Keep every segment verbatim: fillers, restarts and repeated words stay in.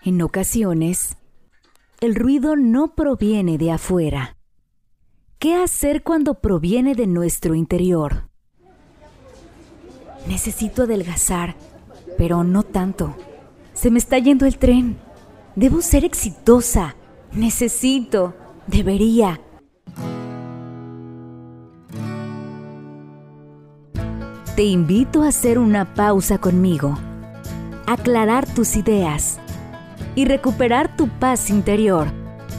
En ocasiones, el ruido no proviene de afuera. ¿Qué hacer cuando proviene de nuestro interior? Necesito adelgazar, pero no tanto. Se me está yendo el tren. Debo ser exitosa. Necesito. Debería. Te invito a hacer una pausa conmigo, aclarar tus ideas y recuperar tu paz interior.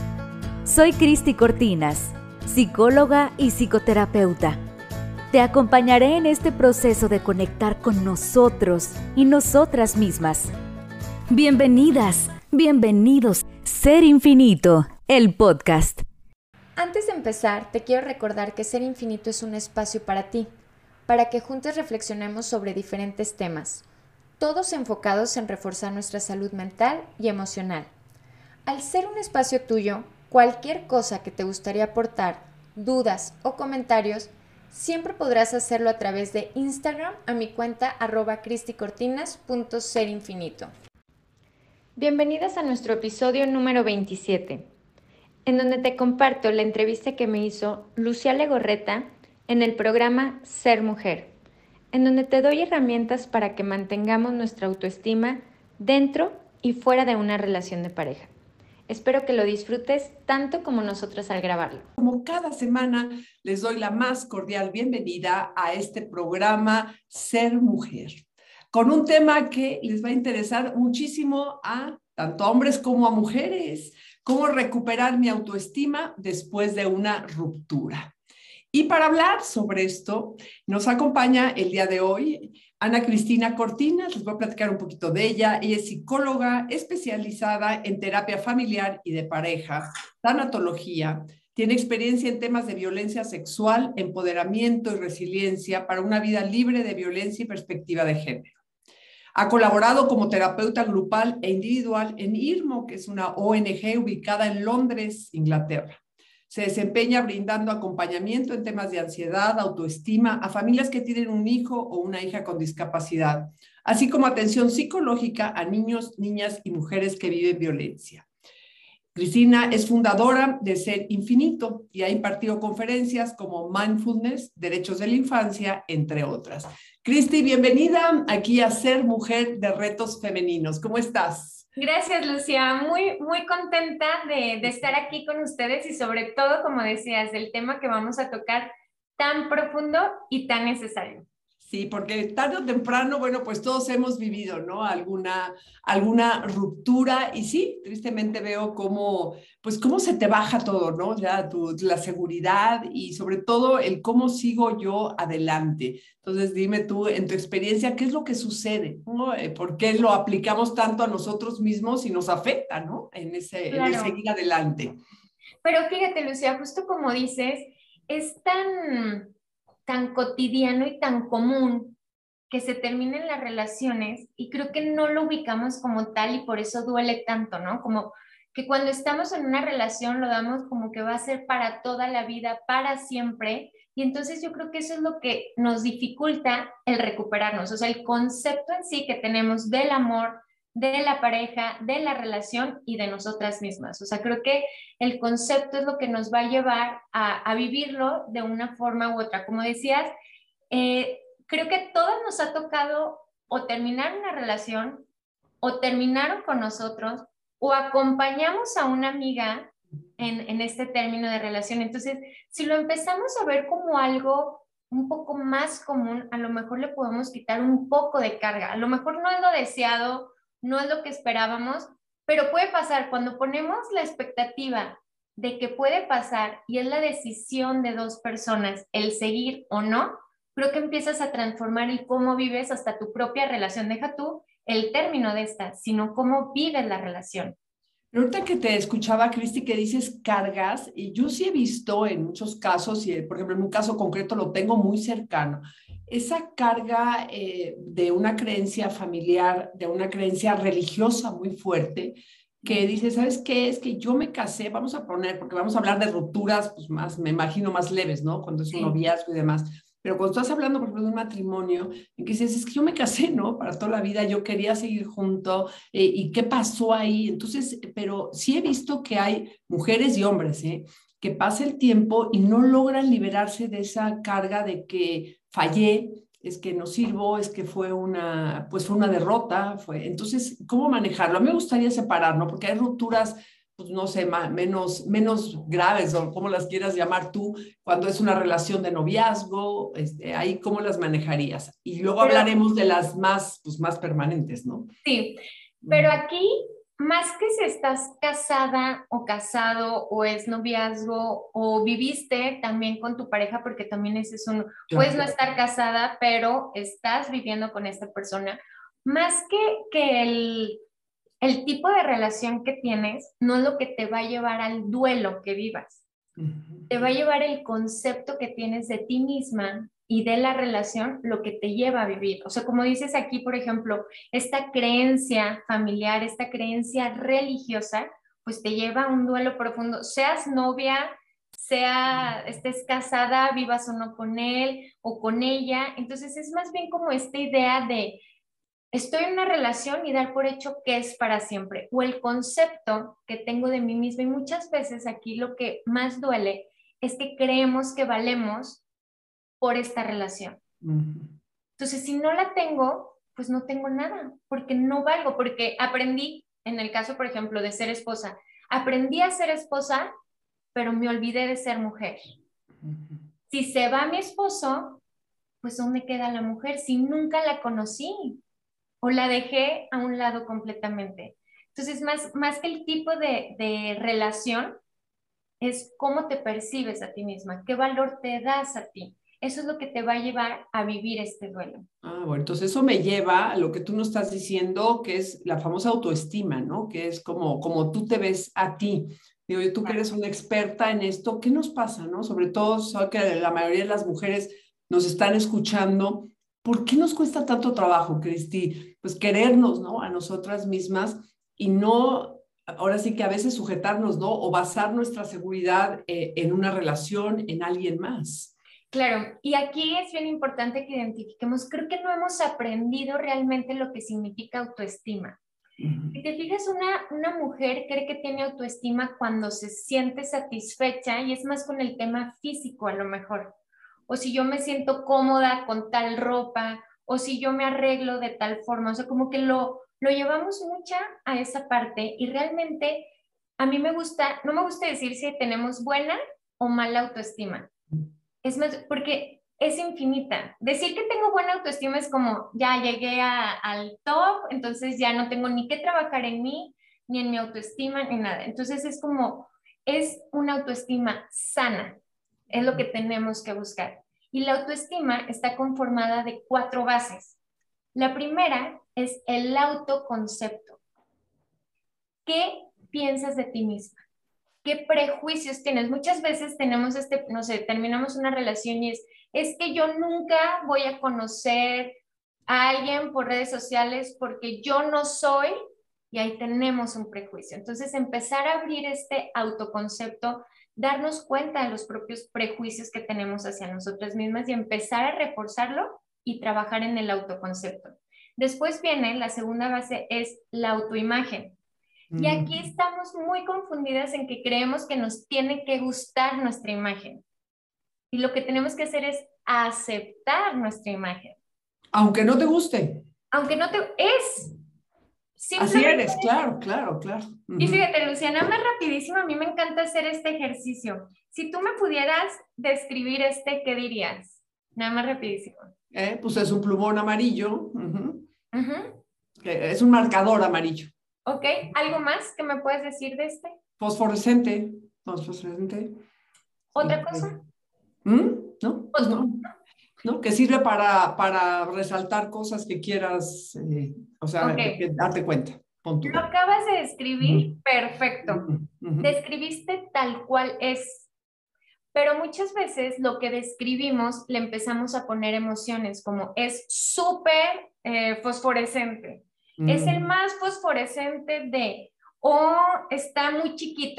Soy Cristi Cortinas, psicóloga y psicoterapeuta. Te acompañaré en este proceso de conectar con nosotros y nosotras mismas. Bienvenidas, bienvenidos, Ser Infinito, el podcast. Antes de empezar, te quiero recordar que Ser Infinito es un espacio para ti, para que juntos reflexionemos sobre diferentes temas, todos enfocados en reforzar nuestra salud mental y emocional. Al ser un espacio tuyo, cualquier cosa que te gustaría aportar, dudas o comentarios, siempre podrás hacerlo a través de Instagram a mi cuenta arroba cristicortinas punto ser infinito. Bienvenidas a nuestro episodio número veintisiete, en donde te comparto la entrevista que me hizo Lucía Legorreta en el programa Ser Mujer, en donde te doy herramientas para que mantengamos nuestra autoestima dentro y fuera de una relación de pareja. Espero que lo disfrutes tanto como nosotras al grabarlo. Como cada semana, les doy la más cordial bienvenida a este programa Ser Mujer, con un tema que les va a interesar muchísimo a tanto a hombres como a mujeres, cómo recuperar mi autoestima después de una ruptura. Y para hablar sobre esto, nos acompaña el día de hoy Ana Cristina Cortinas. Les voy a platicar un poquito de ella. Ella es psicóloga especializada en terapia familiar y de pareja, tanatología. Tiene experiencia en temas de violencia sexual, empoderamiento y resiliencia para una vida libre de violencia y perspectiva de género. Ha colaborado como terapeuta grupal e individual en IRMO, que es una O N G ubicada en Londres, Inglaterra. Se desempeña brindando acompañamiento en temas de ansiedad, autoestima a familias que tienen un hijo o una hija con discapacidad, así como atención psicológica a niños, niñas y mujeres que viven violencia. Cristina es fundadora de Ser Infinito y ha impartido conferencias como Mindfulness, Derechos de la Infancia, entre otras. Cristi, bienvenida aquí a Ser Mujer de Retos Femeninos. ¿Cómo estás? Gracias, Lucía. Muy, muy contenta de, de estar aquí con ustedes y sobre todo, como decías, del tema que vamos a tocar tan profundo y tan necesario. Sí, porque tarde o temprano, bueno, pues todos hemos vivido, ¿no? Alguna, alguna ruptura y sí, tristemente veo cómo, pues cómo se te baja todo, ¿no? Ya tu, la seguridad y sobre todo el cómo sigo yo adelante. Entonces, dime tú, en tu experiencia, ¿qué es lo que sucede? ¿No? ¿Por qué lo aplicamos tanto a nosotros mismos y nos afecta, ¿no? En ese, Claro. en el seguir adelante. Pero fíjate, Lucía, justo como dices, es tan... tan cotidiano y tan común que se terminen las relaciones y creo que no lo ubicamos como tal y por eso duele tanto, ¿no? Como que cuando estamos en una relación lo damos como que va a ser para toda la vida, para siempre, y entonces yo creo que eso es lo que nos dificulta el recuperarnos, o sea, el concepto en sí que tenemos del amor, de la pareja, de la relación y de nosotras mismas. O sea, creo que el concepto es lo que nos va a llevar a, a vivirlo de una forma u otra. Como decías, eh, creo que todos nos ha tocado o terminar una relación o terminaron con nosotros o acompañamos a una amiga en, en este término de relación. Entonces, si lo empezamos a ver como algo un poco más común, a lo mejor le podemos quitar un poco de carga. A lo mejor no es lo deseado, no es lo que esperábamos, pero puede pasar cuando ponemos la expectativa de que puede pasar y es la decisión de dos personas el seguir o no, creo que empiezas a transformar el cómo vives hasta tu propia relación. Deja tú el término de esta, sino cómo vives la relación. Pero ahorita que te escuchaba, Cristi, que dices cargas, y yo sí he visto en muchos casos, y por ejemplo en un caso concreto lo tengo muy cercano, esa carga eh, de una creencia familiar, de una creencia religiosa muy fuerte, que dice, ¿sabes qué? Es que yo me casé, vamos a poner, porque vamos a hablar de rupturas, pues más, me imagino, más leves, ¿no? Cuando es un Sí. noviazgo y demás. Pero cuando estás hablando, por ejemplo, de un matrimonio, en que dices, es que yo me casé, ¿no? Para toda la vida, yo quería seguir junto, eh, ¿y qué pasó ahí? Entonces, pero sí he visto que hay mujeres y hombres, ¿eh? Que pasa el tiempo y no logran liberarse de esa carga de que fallé, es que no sirvo, es que fue una, pues fue una derrota, fue. Entonces, ¿cómo manejarlo? A mí me gustaría separar, ¿no? Porque hay rupturas, pues no sé, más, menos, menos graves, o como las quieras llamar tú, cuando es una relación de noviazgo, este, ahí cómo las manejarías. Y luego Pero, hablaremos de las más, pues más permanentes, ¿no? sí, pero aquí, más que si estás casada o casado o es noviazgo o viviste también con tu pareja, porque también ese es un, puedes no Claro. estar casada, pero estás viviendo con esta persona, más que, que el, el tipo de relación que tienes, no es lo que te va a llevar al duelo que vivas, Uh-huh. te va a llevar el concepto que tienes de ti misma y de la relación, lo que te lleva a vivir. O sea, como dices aquí, por ejemplo, esta creencia familiar, esta creencia religiosa, pues te lleva a un duelo profundo, seas novia, sea, estés casada, vivas o no con él o con ella. Entonces es más bien como esta idea de estoy en una relación y dar por hecho que es para siempre, o el concepto que tengo de mí misma. Y muchas veces aquí lo que más duele es que creemos que valemos por esta relación. Uh-huh. Entonces, si no la tengo, pues no tengo nada, porque no valgo, porque aprendí, en el caso, por ejemplo, de ser esposa, aprendí a ser esposa, pero me olvidé de ser mujer. Uh-huh. Si se va mi esposo, pues ¿dónde queda la mujer? Si nunca la conocí o la dejé a un lado completamente. Entonces, más, más que el tipo de, de relación, es cómo te percibes a ti misma, qué valor te das a ti. Eso es lo que te va a llevar a vivir este duelo. Ah, bueno, entonces eso me lleva a lo que tú nos estás diciendo, que es la famosa autoestima, ¿no? Que es como, como tú te ves a ti. Digo, y tú que eres una experta en esto, ¿qué nos pasa, no? Sobre todo, sé que la mayoría de las mujeres nos están escuchando. ¿Por qué nos cuesta tanto trabajo, Cristi? Pues querernos, ¿no? A nosotras mismas y no, ahora sí que a veces sujetarnos, ¿no? O basar nuestra seguridad eh, en una relación, en alguien más. Claro, y aquí es bien importante que identifiquemos, creo que no hemos aprendido realmente lo que significa autoestima. Uh-huh. Si te fijas, una, una mujer cree que tiene autoestima cuando se siente satisfecha y es más con el tema físico a lo mejor. O si yo me siento cómoda con tal ropa, o si yo me arreglo de tal forma. O sea, como que lo, lo llevamos mucha a esa parte y realmente a mí me gusta, no me gusta decir si tenemos buena o mala autoestima. Es más, porque es infinita. Decir que tengo buena autoestima es como, ya llegué a, al top, entonces ya no tengo ni que trabajar en mí, ni en mi autoestima, ni nada. Entonces es como, es una autoestima sana, es lo que tenemos que buscar. Y la autoestima está conformada de cuatro bases. La primera es el autoconcepto. ¿Qué piensas de ti misma? ¿Qué prejuicios tienes? Muchas veces tenemos este, no sé, terminamos una relación y es, es que yo nunca voy a conocer a alguien por redes sociales porque yo no soy, y ahí tenemos un prejuicio. Entonces, empezar a abrir este autoconcepto, darnos cuenta de los propios prejuicios que tenemos hacia nosotras mismas y empezar a reforzarlo y trabajar en el autoconcepto. Después viene la segunda base, es la autoimagen. Y aquí Uh-huh. estamos muy confundidas en que creemos que nos tiene que gustar nuestra imagen. Y lo que tenemos que hacer es aceptar nuestra imagen. Aunque no te guste. Aunque no te... Es. Así Simplemente eres, es. claro, claro, claro. Y Uh-huh. fíjate, Luciana, más rapidísimo, a mí me encanta hacer este ejercicio. Si tú me pudieras describir este, ¿qué dirías? Nada más rapidísimo. Eh, pues es un plumón amarillo. Uh-huh. Uh-huh. Es un marcador amarillo. Ok, ¿algo más que me puedes decir de este? Fosforescente. Fosforescente. ¿Otra Este, cosa? ¿Mm? ¿No? Pues Otro. no. ¿No? Que sirve para, para resaltar cosas que quieras, eh, o sea, Ok, que darte cuenta. Pon lo tú. acabas de describir, Uh-huh. perfecto. Uh-huh. Uh-huh. Describiste tal cual es, pero muchas veces lo que describimos le empezamos a poner emociones, como es súper eh, fosforescente, es el Uh-huh. más fosforescente de, o está muy chiquito,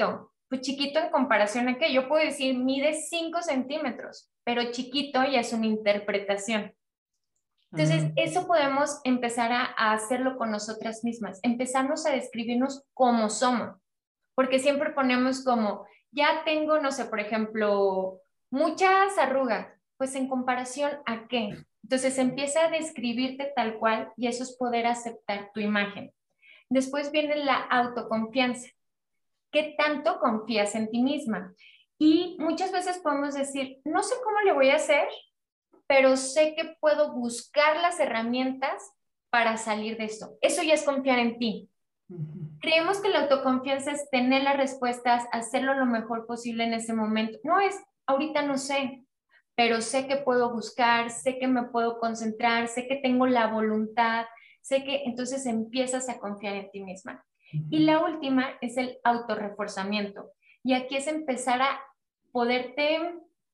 pues chiquito en comparación a qué. Yo puedo decir, mide cinco centímetros, pero chiquito ya es una interpretación. Entonces, Ah. eso podemos empezar a, a hacerlo con nosotras mismas, empezarnos a describirnos como somos, porque siempre ponemos como, ya tengo, no sé, por ejemplo, muchas arrugas, pues en comparación a qué. Entonces, empieza a describirte tal cual y eso es poder aceptar tu imagen. Después viene la autoconfianza. ¿Qué tanto confías en ti misma? Y muchas veces podemos decir, no sé cómo le voy a hacer, pero sé que puedo buscar las herramientas para salir de esto. Eso ya es confiar en ti. Uh-huh. Creemos que la autoconfianza es tener las respuestas, hacerlo lo mejor posible en ese momento. No es, ahorita no sé, pero sé que puedo buscar, sé que me puedo concentrar, sé que tengo la voluntad, sé que entonces empiezas a confiar en ti misma. Uh-huh. Y la última es el autorreforzamiento. Y aquí es empezar a poderte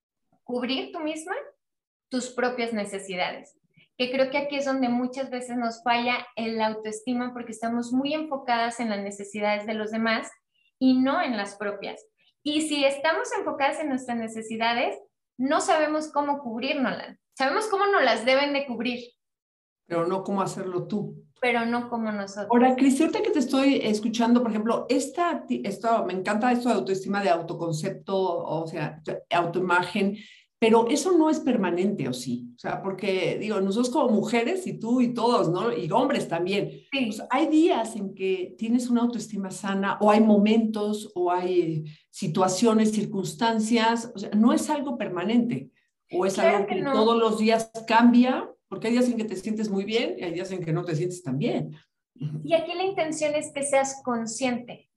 cubrir tú misma tus propias necesidades. Que creo que aquí es donde muchas veces nos falla el autoestima porque estamos muy enfocadas en las necesidades de los demás y no en las propias. Y si estamos enfocadas en nuestras necesidades, no sabemos cómo cubrirnoslas. Sabemos cómo nos las deben de cubrir, pero no cómo hacerlo tú. Pero no como nosotros. Ahora, Cristi, ahorita que te estoy escuchando, por ejemplo, esta, esto, me encanta esto de autoestima, de autoconcepto, o sea, autoimagen, pero eso no es permanente, ¿o sí? O sea, porque, digo, nosotros como mujeres, y tú y todos, ¿no? Y hombres también, Sí. pues hay días en que tienes una autoestima sana, o hay momentos, o hay situaciones, circunstancias, o sea, no es algo permanente, o es Claro algo que que no. todos los días cambia, porque hay días en que te sientes muy bien y hay días en que no te sientes tan bien. Y aquí la intención es que seas consciente.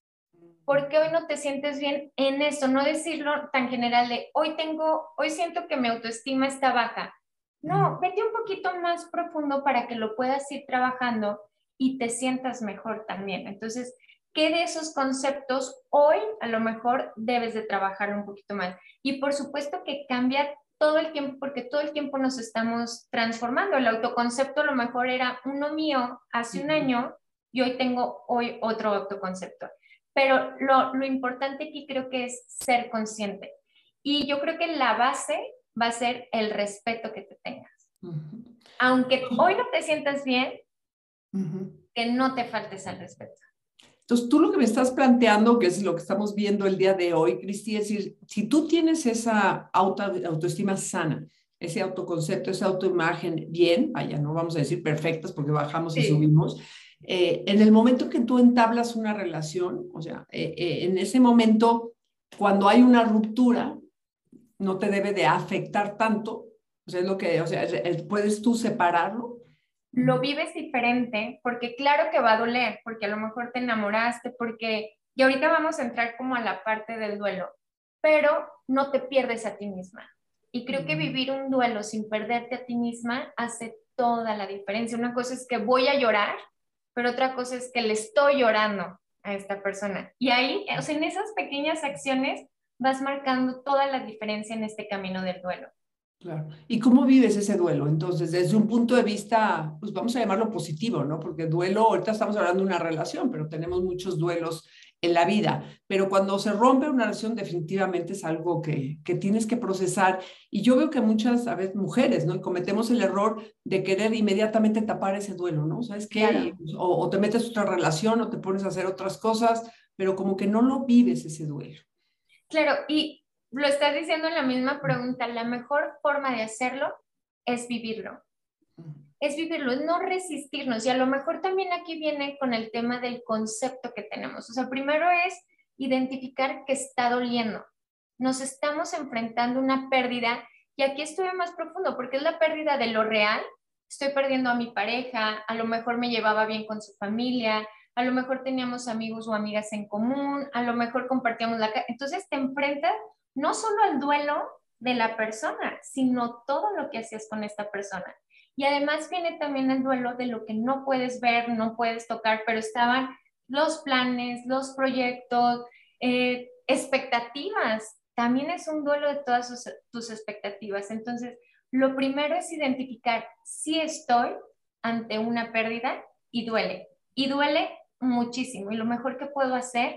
Porque hoy no te sientes bien en eso, no decirlo tan general de hoy tengo, hoy siento que mi autoestima está baja. No, vete un poquito más profundo para que lo puedas ir trabajando y te sientas mejor también. Entonces, ¿qué de esos conceptos hoy a lo mejor debes de trabajar un poquito más? Y por supuesto que cambia todo el tiempo, porque todo el tiempo nos estamos transformando. El autoconcepto a lo mejor era uno mío hace un año y hoy tengo hoy otro autoconcepto. Pero lo, lo importante aquí creo que es ser consciente. Y yo creo que la base va a ser el respeto que te tengas. Uh-huh. Aunque hoy no te sientas bien, uh-huh. que no te faltes al respeto. Entonces, tú lo que me estás planteando, que es lo que estamos viendo el día de hoy, Cristi, es decir, si tú tienes esa auto, autoestima sana, ese autoconcepto, esa autoimagen bien, vaya, no vamos a decir perfectas porque bajamos sí. y subimos, eh, en el momento que tú entablas una relación, o sea, eh, eh, en ese momento, cuando hay una ruptura, no te debe de afectar tanto, o sea, es lo que, o sea, puedes tú separarlo. Lo vives diferente, porque claro que va a doler, porque a lo mejor te enamoraste, porque, y ahorita vamos a entrar como a la parte del duelo, pero no te pierdes a ti misma. Y creo que vivir un duelo sin perderte a ti misma hace toda la diferencia. Una cosa es que voy a llorar, pero otra cosa es que le estoy llorando a esta persona. Y ahí, o sea, en esas pequeñas acciones vas marcando toda la diferencia en este camino del duelo. Claro. ¿Y cómo vives ese duelo? Entonces, desde un punto de vista, pues vamos a llamarlo positivo, ¿no? Porque duelo, ahorita estamos hablando de una relación, pero tenemos muchos duelos en la vida. Pero cuando se rompe una relación, definitivamente es algo que, que tienes que procesar. Y yo veo que muchas, a veces, mujeres, ¿no? Y cometemos el error de querer inmediatamente tapar ese duelo, ¿no? ¿Sabes qué? Claro. Y, o, o te metes a otra relación o te pones a hacer otras cosas, pero como que no lo vives ese duelo. Claro, y lo estás diciendo en la misma pregunta, la mejor forma de hacerlo es vivirlo. Es vivirlo, es no resistirnos. Y a lo mejor también aquí viene con el tema del concepto que tenemos. O sea, primero es identificar que está doliendo. Nos estamos enfrentando a una pérdida y aquí estoy más profundo porque es la pérdida de lo real. Estoy perdiendo a mi pareja, a lo mejor me llevaba bien con su familia, a lo mejor teníamos amigos o amigas en común, a lo mejor compartíamos la casa. Entonces te enfrentas no solo al duelo de la persona, sino todo lo que hacías con esta persona. Y además viene también el duelo de lo que no puedes ver, no puedes tocar, pero estaban los planes, los proyectos, eh, expectativas. También es un duelo de todas sus, tus expectativas. Entonces, lo primero es identificar si estoy ante una pérdida y duele. Y duele muchísimo. Y lo mejor que puedo hacer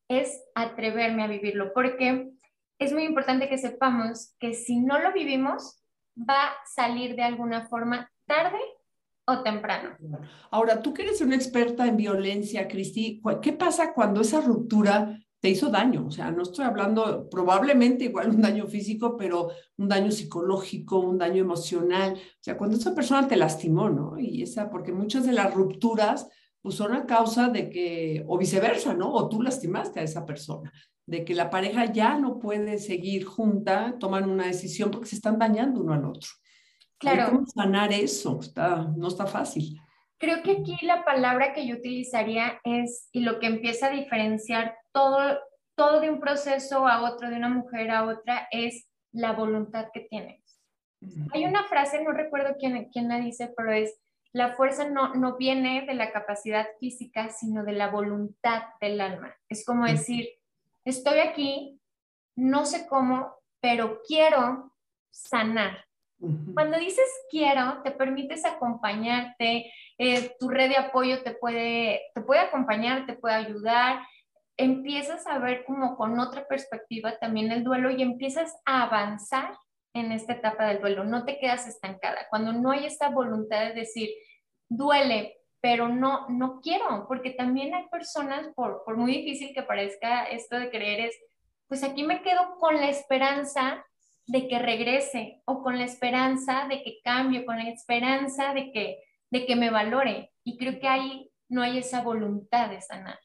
es atreverme a vivirlo, porque es muy importante que sepamos que si no lo vivimos, va a salir de alguna forma tarde o temprano. Ahora, tú que eres una experta en violencia, Cristi, ¿qué pasa cuando esa ruptura te hizo daño? O sea, no estoy hablando probablemente igual un daño físico, pero un daño psicológico, un daño emocional. O sea, cuando esa persona te lastimó, ¿no? Y esa, porque muchas de las rupturas pues son a causa de que, o viceversa, ¿no? O tú lastimaste a esa persona, de que la pareja ya no puede seguir junta, toman una decisión porque se están dañando uno al otro. Ahí, Claro, ¿cómo sanar eso? Está, no está fácil. creo que aquí la palabra que yo utilizaría es, y lo que empieza a diferenciar todo, todo de un proceso a otro, de una mujer a otra, es la voluntad que tienes. Hay una frase, no recuerdo quién, quién la dice, pero es, la fuerza no, no viene de la capacidad física, sino de la voluntad del alma. Es como decir, estoy aquí, no sé cómo, pero quiero sanar. Cuando dices quiero, te permites acompañarte, eh, tu red de apoyo te puede, te puede acompañar, te puede ayudar, empiezas a ver como con otra perspectiva también el duelo y empiezas a avanzar en esta etapa del duelo, no te quedas estancada. Cuando no hay esta voluntad de decir, duele, pero no, no quiero, porque también hay personas, por, por muy difícil que parezca esto de creer, es, pues aquí me quedo con la esperanza de que regrese o con la esperanza de que cambie, con la esperanza de que, de que me valore. Y creo que ahí no hay esa voluntad de sanar.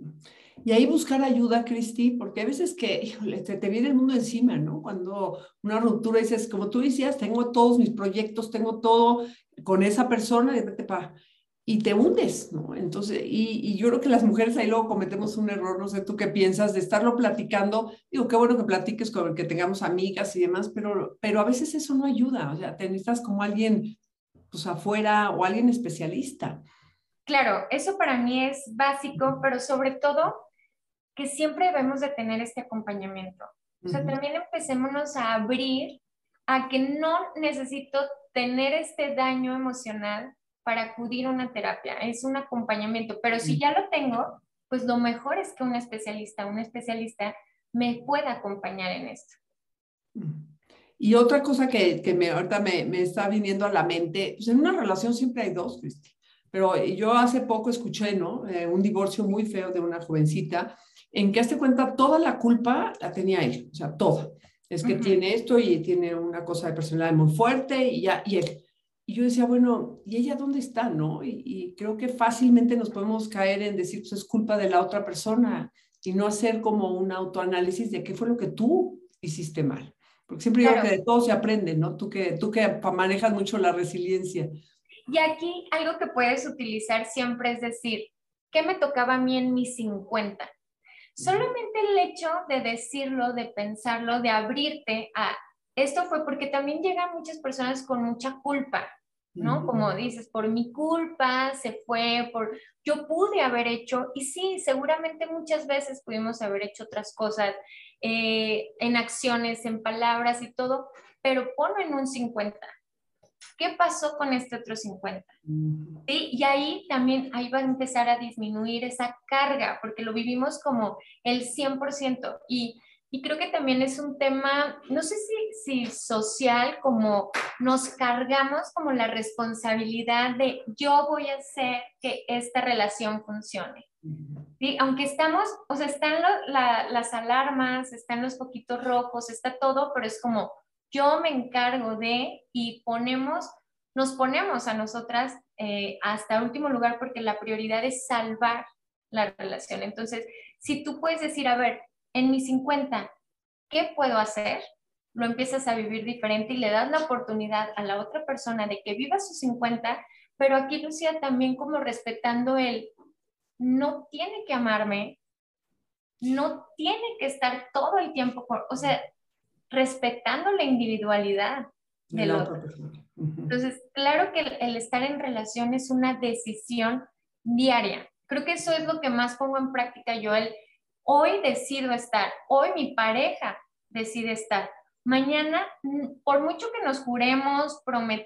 Y ahí buscar ayuda, Cristi, porque hay veces que, híjole, te, te viene el mundo encima, ¿no? Cuando una ruptura dices, como tú decías, tengo todos mis proyectos, tengo todo con esa persona, y, repente, pa, y te hundes, ¿no? Entonces, y, y yo creo que las mujeres ahí luego cometemos un error, no sé tú qué piensas, de estarlo platicando. Digo, qué bueno que platiques con que tengamos amigas y demás, pero, pero a veces eso no ayuda, o sea, te necesitas como alguien, pues afuera o alguien especialista. Claro, eso para mí es básico, pero sobre todo que siempre debemos de tener este acompañamiento. O sea, Ujú. también empecémonos a abrir a que no necesito tener este daño emocional para acudir a una terapia. Es un acompañamiento, pero si ya lo tengo, pues lo mejor es que un especialista, un especialista me pueda acompañar en esto. Y otra cosa que, que me, ahorita me, me está viniendo a la mente, pues en una relación siempre hay dos, Cristi. Pero yo hace poco escuché, ¿no? Eh, un divorcio muy feo de una jovencita, en que hazte cuenta, toda la culpa la tenía él, o sea, toda. Es que Ujú. tiene esto y tiene una cosa de personalidad muy fuerte y ya, y él. Y yo decía, bueno, ¿y ella dónde está, no? Y, y creo que fácilmente nos podemos caer en decir, pues es culpa de la otra persona y no hacer como un autoanálisis de qué fue lo que tú hiciste mal. Porque siempre digo que Claro. de todo se aprende, ¿no? Tú que, tú que manejas mucho la resiliencia. Y aquí algo que puedes utilizar siempre es decir, ¿qué me tocaba a mí en mis cincuenta? Solamente el hecho de decirlo, de pensarlo, de abrirte a esto fue porque también llegan muchas personas con mucha culpa, ¿no? Uh-huh. Como dices, por mi culpa se fue, por yo pude haber hecho, y sí, seguramente muchas veces pudimos haber hecho otras cosas eh, en acciones, en palabras y todo, pero ponlo en un cincuenta. ¿Qué pasó con este otro cincuenta? Uh-huh. ¿Sí? Y ahí también, ahí va a empezar a disminuir esa carga, porque lo vivimos como el cien por ciento. Y, y creo que también es un tema, no sé si, si social, como nos cargamos como la responsabilidad de yo voy a hacer que esta relación funcione. ¿Sí? Aunque estamos, o sea, están lo, la, las alarmas, están los poquitos rojos, está todo, pero es como yo me encargo de y ponemos, nos ponemos a nosotras eh, hasta último lugar porque la prioridad es salvar la relación. Entonces, si tú puedes decir, a ver, en mis cincuenta, ¿qué puedo hacer? Lo empiezas a vivir diferente y le das la oportunidad a la otra persona de que viva sus cincuenta, pero aquí, Lucía, también como respetando el no tiene que amarme, no tiene que estar todo el tiempo, con, o sea, respetando la individualidad De del la otro. otra persona. Uh-huh. Entonces, claro que el, el estar en relación es una decisión diaria. Creo que eso es lo que más pongo en práctica yo. El, hoy decido estar, hoy mi pareja decide estar. Mañana, por mucho que nos juremos,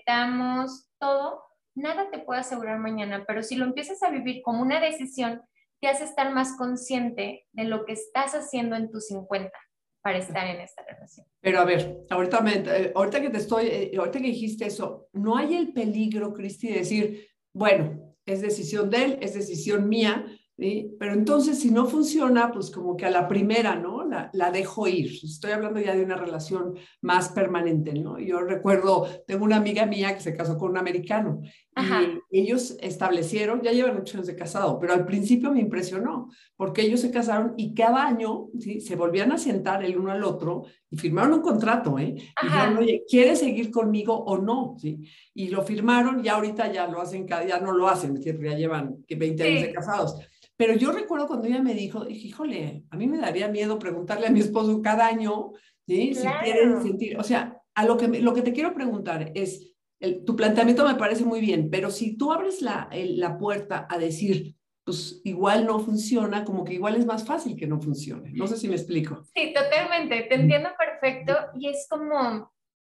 prometamos todo, nada te puede asegurar mañana, pero si lo empiezas a vivir como una decisión te hace estar más consciente de lo que estás haciendo en tus cincuenta para estar en esta relación. Pero a ver, ahorita, me, eh, ahorita que te estoy, eh, ahorita que dijiste eso, ¿no hay el peligro, Cristi, de decir, bueno, es decisión de él, es decisión mía, ¿sí? Pero entonces si no funciona, pues como que a la primera, ¿no? La, la dejo ir. Estoy hablando ya de una relación más permanente, ¿no? Yo recuerdo, tengo una amiga mía que se casó con un americano Ajá. y ellos establecieron, ya llevan ocho años de casado, pero al principio me impresionó, porque ellos se casaron y cada año, ¿sí? Se volvían a sentar el uno al otro y firmaron un contrato, ¿eh? Y dijeron, Ajá. oye, ¿quieres seguir conmigo o no? ¿Sí? Y lo firmaron y ahorita ya lo hacen, ya no lo hacen, ya llevan veinte años de Sí. casados. Pero yo recuerdo cuando ella me dijo, dije, híjole, a mí me daría miedo preguntarle a mi esposo cada año, ¿sí? Si quiere Claro. sentir, o sea, a lo que, me, lo que te quiero preguntar es, el, tu planteamiento me parece muy bien, pero si tú abres la, el, la puerta a decir, pues igual no funciona, como que igual es más fácil que no funcione. No sé si me explico. Sí, totalmente, te entiendo perfecto y es como,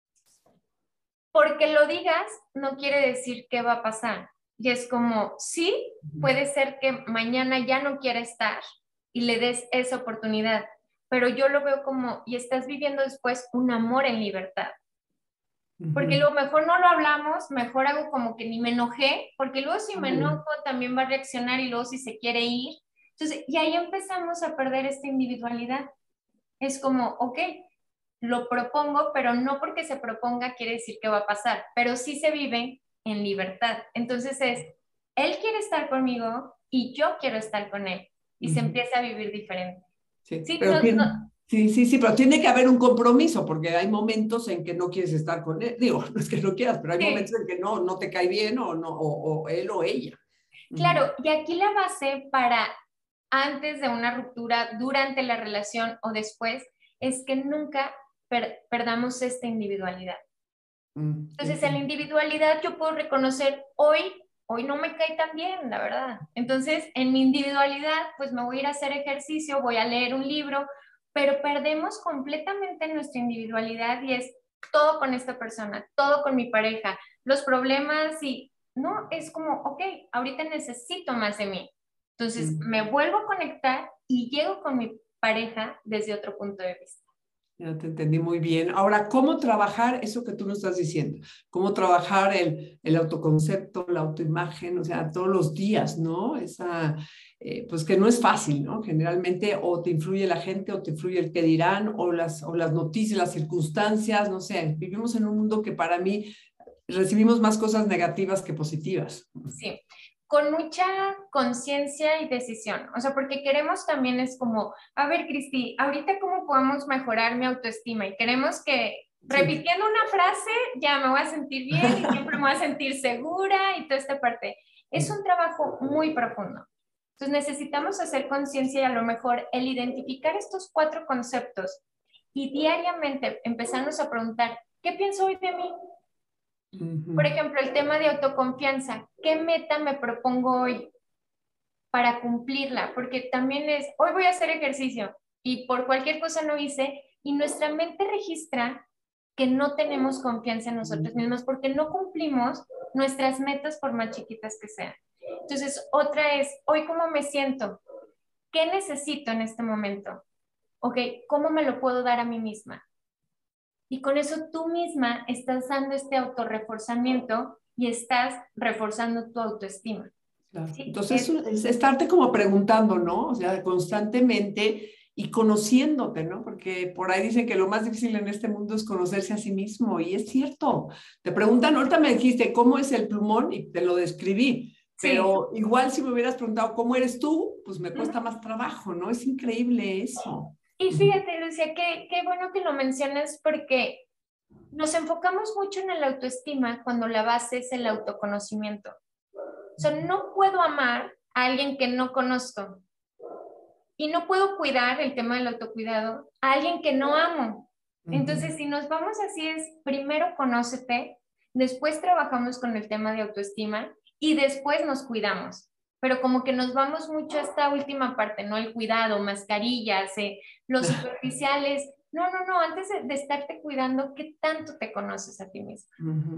porque lo digas no quiere decir qué va a pasar. Y es como, sí, puede ser que mañana ya no quiera estar y le des esa oportunidad, pero yo lo veo como, y estás viviendo después un amor en libertad. Porque Uh-huh. luego mejor no lo hablamos, mejor hago como que ni me enojé, porque luego si me Uh-huh. enojo también va a reaccionar y luego si se quiere ir. Entonces, y ahí empezamos a perder esta individualidad. Es como, ok, lo propongo, pero no porque se proponga quiere decir que va a pasar, pero sí se vive en libertad. Entonces es, él quiere estar conmigo y yo quiero estar con él. Y se Uh-huh. empieza a vivir diferente. Sí, Sí, pero no, tiene, no, sí, sí, sí, pero tiene que haber un compromiso, porque hay momentos en que no quieres estar con él. Digo, no es que no quieras, pero hay momentos sí, en que no, no te cae bien o, no, o, o él o ella. Uh-huh. claro, y aquí la base para antes de una ruptura, durante la relación o después, es que nunca per perdamos esta individualidad. Uh-huh. Entonces, en la individualidad yo puedo reconocer hoy, hoy no me cae tan bien, la verdad. Entonces, en mi individualidad, pues me voy a ir a hacer ejercicio, voy a leer un libro, pero perdemos completamente nuestra individualidad y es todo con esta persona, todo con mi pareja, los problemas y no, es como, ok, ahorita necesito más de mí. Entonces, Uh-huh. me vuelvo a conectar y llego con mi pareja desde otro punto de vista. Ya te entendí muy bien. Ahora, ¿cómo trabajar eso que tú nos estás diciendo? ¿Cómo trabajar el, el autoconcepto, la autoimagen, o sea, todos los días, ¿no? Esa, eh, pues que no es fácil, ¿no? Generalmente o te influye la gente o te influye el que dirán o las, o las noticias, las circunstancias, no sé. Vivimos en un mundo que para mí recibimos más cosas negativas que positivas. Sí, con mucha conciencia y decisión. O sea, porque queremos también es como, a ver, Cristi, ahorita cómo podemos mejorar mi autoestima y queremos que Sí. repitiendo una frase ya me voy a sentir bien y siempre me voy a sentir segura y toda esta parte. Es un trabajo muy profundo. Entonces necesitamos hacer conciencia y a lo mejor el identificar estos cuatro conceptos y diariamente empezarnos a preguntar, ¿qué pienso hoy de mí? Por Uh-huh. ejemplo, el tema de autoconfianza. ¿Qué meta me propongo hoy para cumplirla? Porque también es, hoy voy a hacer ejercicio y por cualquier cosa no hice y nuestra mente registra que no tenemos confianza en nosotros mismos porque no cumplimos nuestras metas por más chiquitas que sean. Entonces, otra es, hoy cómo me siento, qué necesito en este momento, ok, cómo me lo puedo dar a mí misma. Y con eso tú misma estás dando este autorreforzamiento y estás reforzando tu autoestima. Claro. ¿Sí? Entonces, Es, es estarte como preguntando, ¿no? O sea, constantemente y conociéndote, ¿no? Porque por ahí dicen que lo más difícil en este mundo es conocerse a sí mismo, y es cierto. Te preguntan, ahorita me dijiste, ¿cómo es el plumón? Y te lo describí, sí. pero igual si me hubieras preguntado, ¿cómo eres tú? Pues me Uh-huh. cuesta más trabajo, ¿no? Es increíble eso. Y fíjate, Lucia, qué, qué bueno que lo mencionas porque nos enfocamos mucho en la autoestima cuando la base es el autoconocimiento. O sea, no puedo amar a alguien que no conozco. Y no puedo cuidar el tema del autocuidado a alguien que no amo. Entonces, si nos vamos así es, primero conócete, después trabajamos con el tema de autoestima y después nos cuidamos. Pero como que nos vamos mucho a esta última parte, ¿no? El cuidado, mascarillas, eh, los superficiales. No, no, no, antes de, de estarte cuidando, ¿qué tanto te conoces a ti mismo? Uh-huh.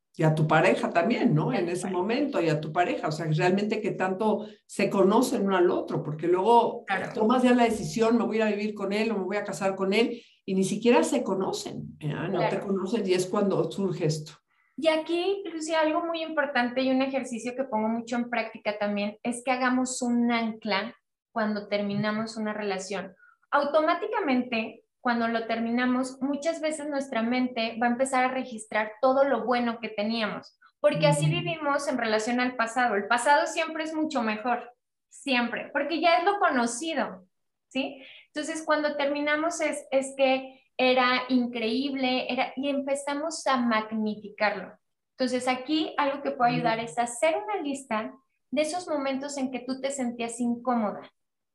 Y a tu pareja también, ¿no? En ese pareja. momento, y a tu pareja, o sea, realmente que tanto se conocen uno al otro, porque luego Claro. tomas ya la decisión, me voy a ir a vivir con él o me voy a casar con él, y ni siquiera se conocen, ¿eh? No Claro. te conocen y es cuando surge esto. Y aquí, Lucía, algo muy importante y un ejercicio que pongo mucho en práctica también es que hagamos un ancla cuando terminamos una relación. Automáticamente, cuando lo terminamos, muchas veces nuestra mente va a empezar a registrar todo lo bueno que teníamos, porque así Mm. vivimos en relación al pasado. El pasado siempre es mucho mejor, siempre, porque ya es lo conocido, ¿sí? Entonces, cuando terminamos es, es que era increíble, era, y empezamos a magnificarlo. Entonces aquí algo que puede ayudar es hacer una lista de esos momentos en que tú te sentías incómoda,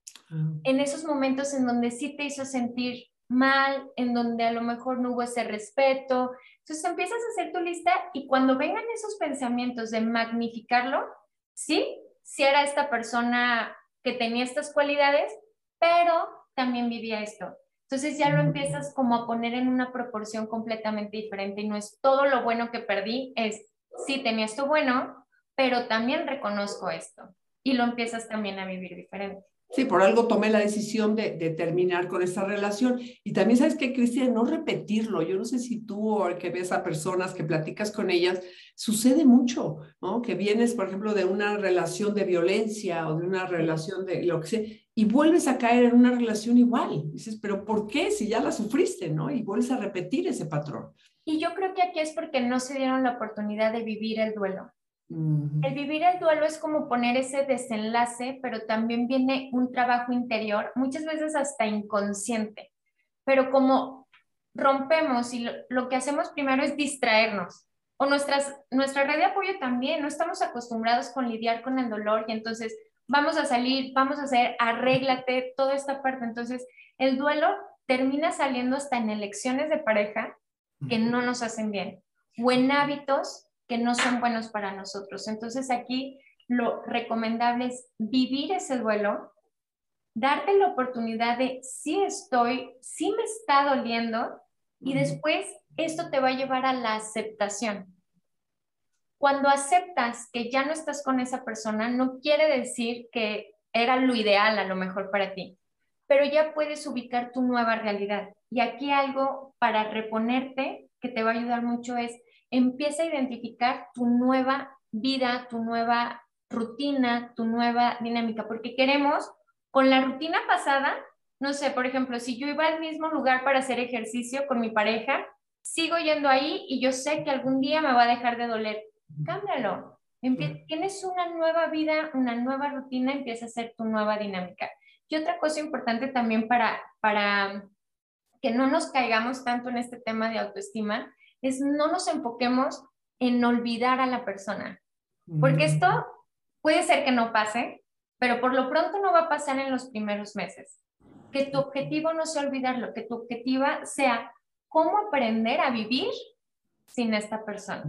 en esos momentos en donde sí te hizo sentir mal, en donde a lo mejor no hubo ese respeto. Entonces empiezas a hacer tu lista y cuando vengan esos pensamientos de magnificarlo, sí, sí era esta persona que tenía estas cualidades, pero también vivía esto. Entonces ya lo empiezas como a poner en una proporción completamente diferente y no es todo lo bueno que perdí, es sí tenía esto bueno, pero también reconozco esto y lo empiezas también a vivir diferente. Sí, por algo tomé la decisión de, de terminar con esta relación. Y también sabes que, Cristian, no repetirlo. Yo no sé si tú o el que ves a personas que platicas con ellas, sucede mucho, ¿no? Que vienes, por ejemplo, de una relación de violencia o de una relación de lo que sea, y vuelves a caer en una relación igual. Dices, pero ¿por qué? Si ya la sufriste, ¿no? Y vuelves a repetir ese patrón. Y yo creo que aquí es porque no se dieron la oportunidad de vivir el duelo. Uh-huh. El vivir el duelo es como poner ese desenlace, pero también viene un trabajo interior, muchas veces hasta inconsciente. Pero como rompemos y lo, lo que hacemos primero es distraernos, o nuestras, nuestra red de apoyo también, no estamos acostumbrados con lidiar con el dolor y entonces vamos a salir, vamos a hacer, arréglate, toda esta parte. Entonces, el duelo termina saliendo hasta en elecciones de pareja que no nos hacen bien, o en hábitos que no son buenos para nosotros. Entonces, aquí lo recomendable es vivir ese duelo, darte la oportunidad de sí estoy, sí me está doliendo, y después esto te va a llevar a la aceptación. Cuando aceptas que ya no estás con esa persona, no quiere decir que era lo ideal a lo mejor para ti, pero ya puedes ubicar tu nueva realidad. Y aquí algo para reponerte que te va a ayudar mucho es empieza a identificar tu nueva vida, tu nueva rutina, tu nueva dinámica, porque queremos con la rutina pasada, no sé, por ejemplo, si yo iba al mismo lugar para hacer ejercicio con mi pareja, sigo yendo ahí y yo sé que algún día me va a dejar de doler. Cámbialo. Empie- tienes una nueva vida, una nueva rutina, empieza a ser tu nueva dinámica. Y otra cosa importante también para, para que no nos caigamos tanto en este tema de autoestima es no nos enfoquemos en olvidar a la persona. Porque esto puede ser que no pase, pero por lo pronto no va a pasar en los primeros meses. Que tu objetivo no sea olvidarlo, que tu objetivo sea cómo aprender a vivir sin esta persona.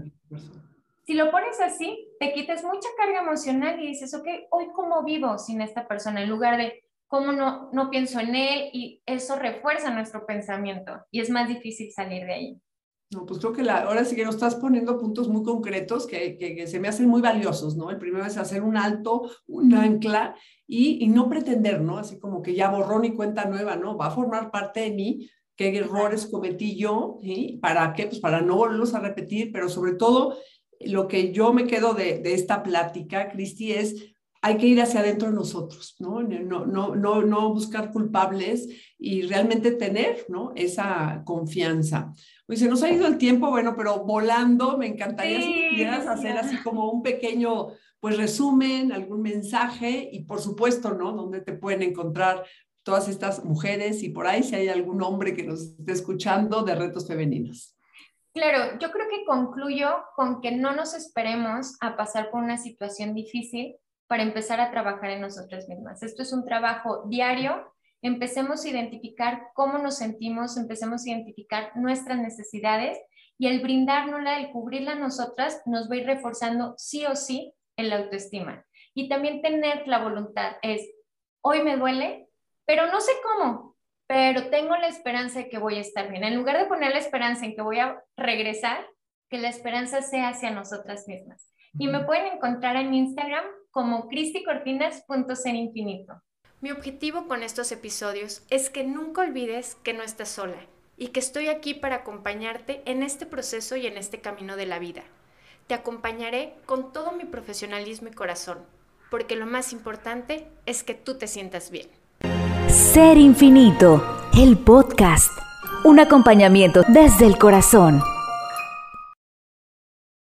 Si lo pones así, te quitas mucha carga emocional y dices, ok, hoy cómo vivo sin esta persona, en lugar de cómo no, no pienso en él, y eso refuerza nuestro pensamiento y es más difícil salir de ahí. No, pues creo que la, ahora sí que nos estás poniendo puntos muy concretos que, que, que se me hacen muy valiosos, ¿no? El primero es hacer un alto, un ancla y, y no pretender, ¿no? Así como que ya borrón y cuenta nueva, ¿no? Va a formar parte de mí, qué errores cometí yo, ¿sí? ¿Para qué? Pues para no volverlos a repetir, pero sobre todo lo que yo me quedo de, de esta plática, Cristi, es hay que ir hacia adentro de nosotros, ¿no? No, no, no, no buscar culpables y realmente tener, ¿no? Esa confianza. Pues se nos ha ido el tiempo, bueno, pero volando, me encantaría si Sí, pudieras hacer así como un pequeño, pues resumen, algún mensaje y por supuesto, ¿no? Donde te pueden encontrar todas estas mujeres y por ahí si hay algún hombre que nos esté escuchando de retos femeninos. Claro, yo creo que concluyo con que no nos esperemos a pasar por una situación difícil para empezar a trabajar en nosotras mismas. Esto es un trabajo diario. Empecemos a identificar cómo nos sentimos, empecemos a identificar nuestras necesidades y el brindárnosla, el cubrirla a nosotras, nos va a ir reforzando sí o sí el autoestima. Y también tener la voluntad es, hoy me duele, pero no sé cómo, pero tengo la esperanza de que voy a estar bien. En lugar de poner la esperanza en que voy a regresar, que la esperanza sea hacia nosotras mismas. Y me pueden encontrar en Instagram como cristicortinas punto ser infinito. Mi objetivo con estos episodios es que nunca olvides que no estás sola y que estoy aquí para acompañarte en este proceso y en este camino de la vida. Te acompañaré con todo mi profesionalismo y corazón, porque lo más importante es que tú te sientas bien. Ser Infinito, el podcast. Un acompañamiento desde el corazón.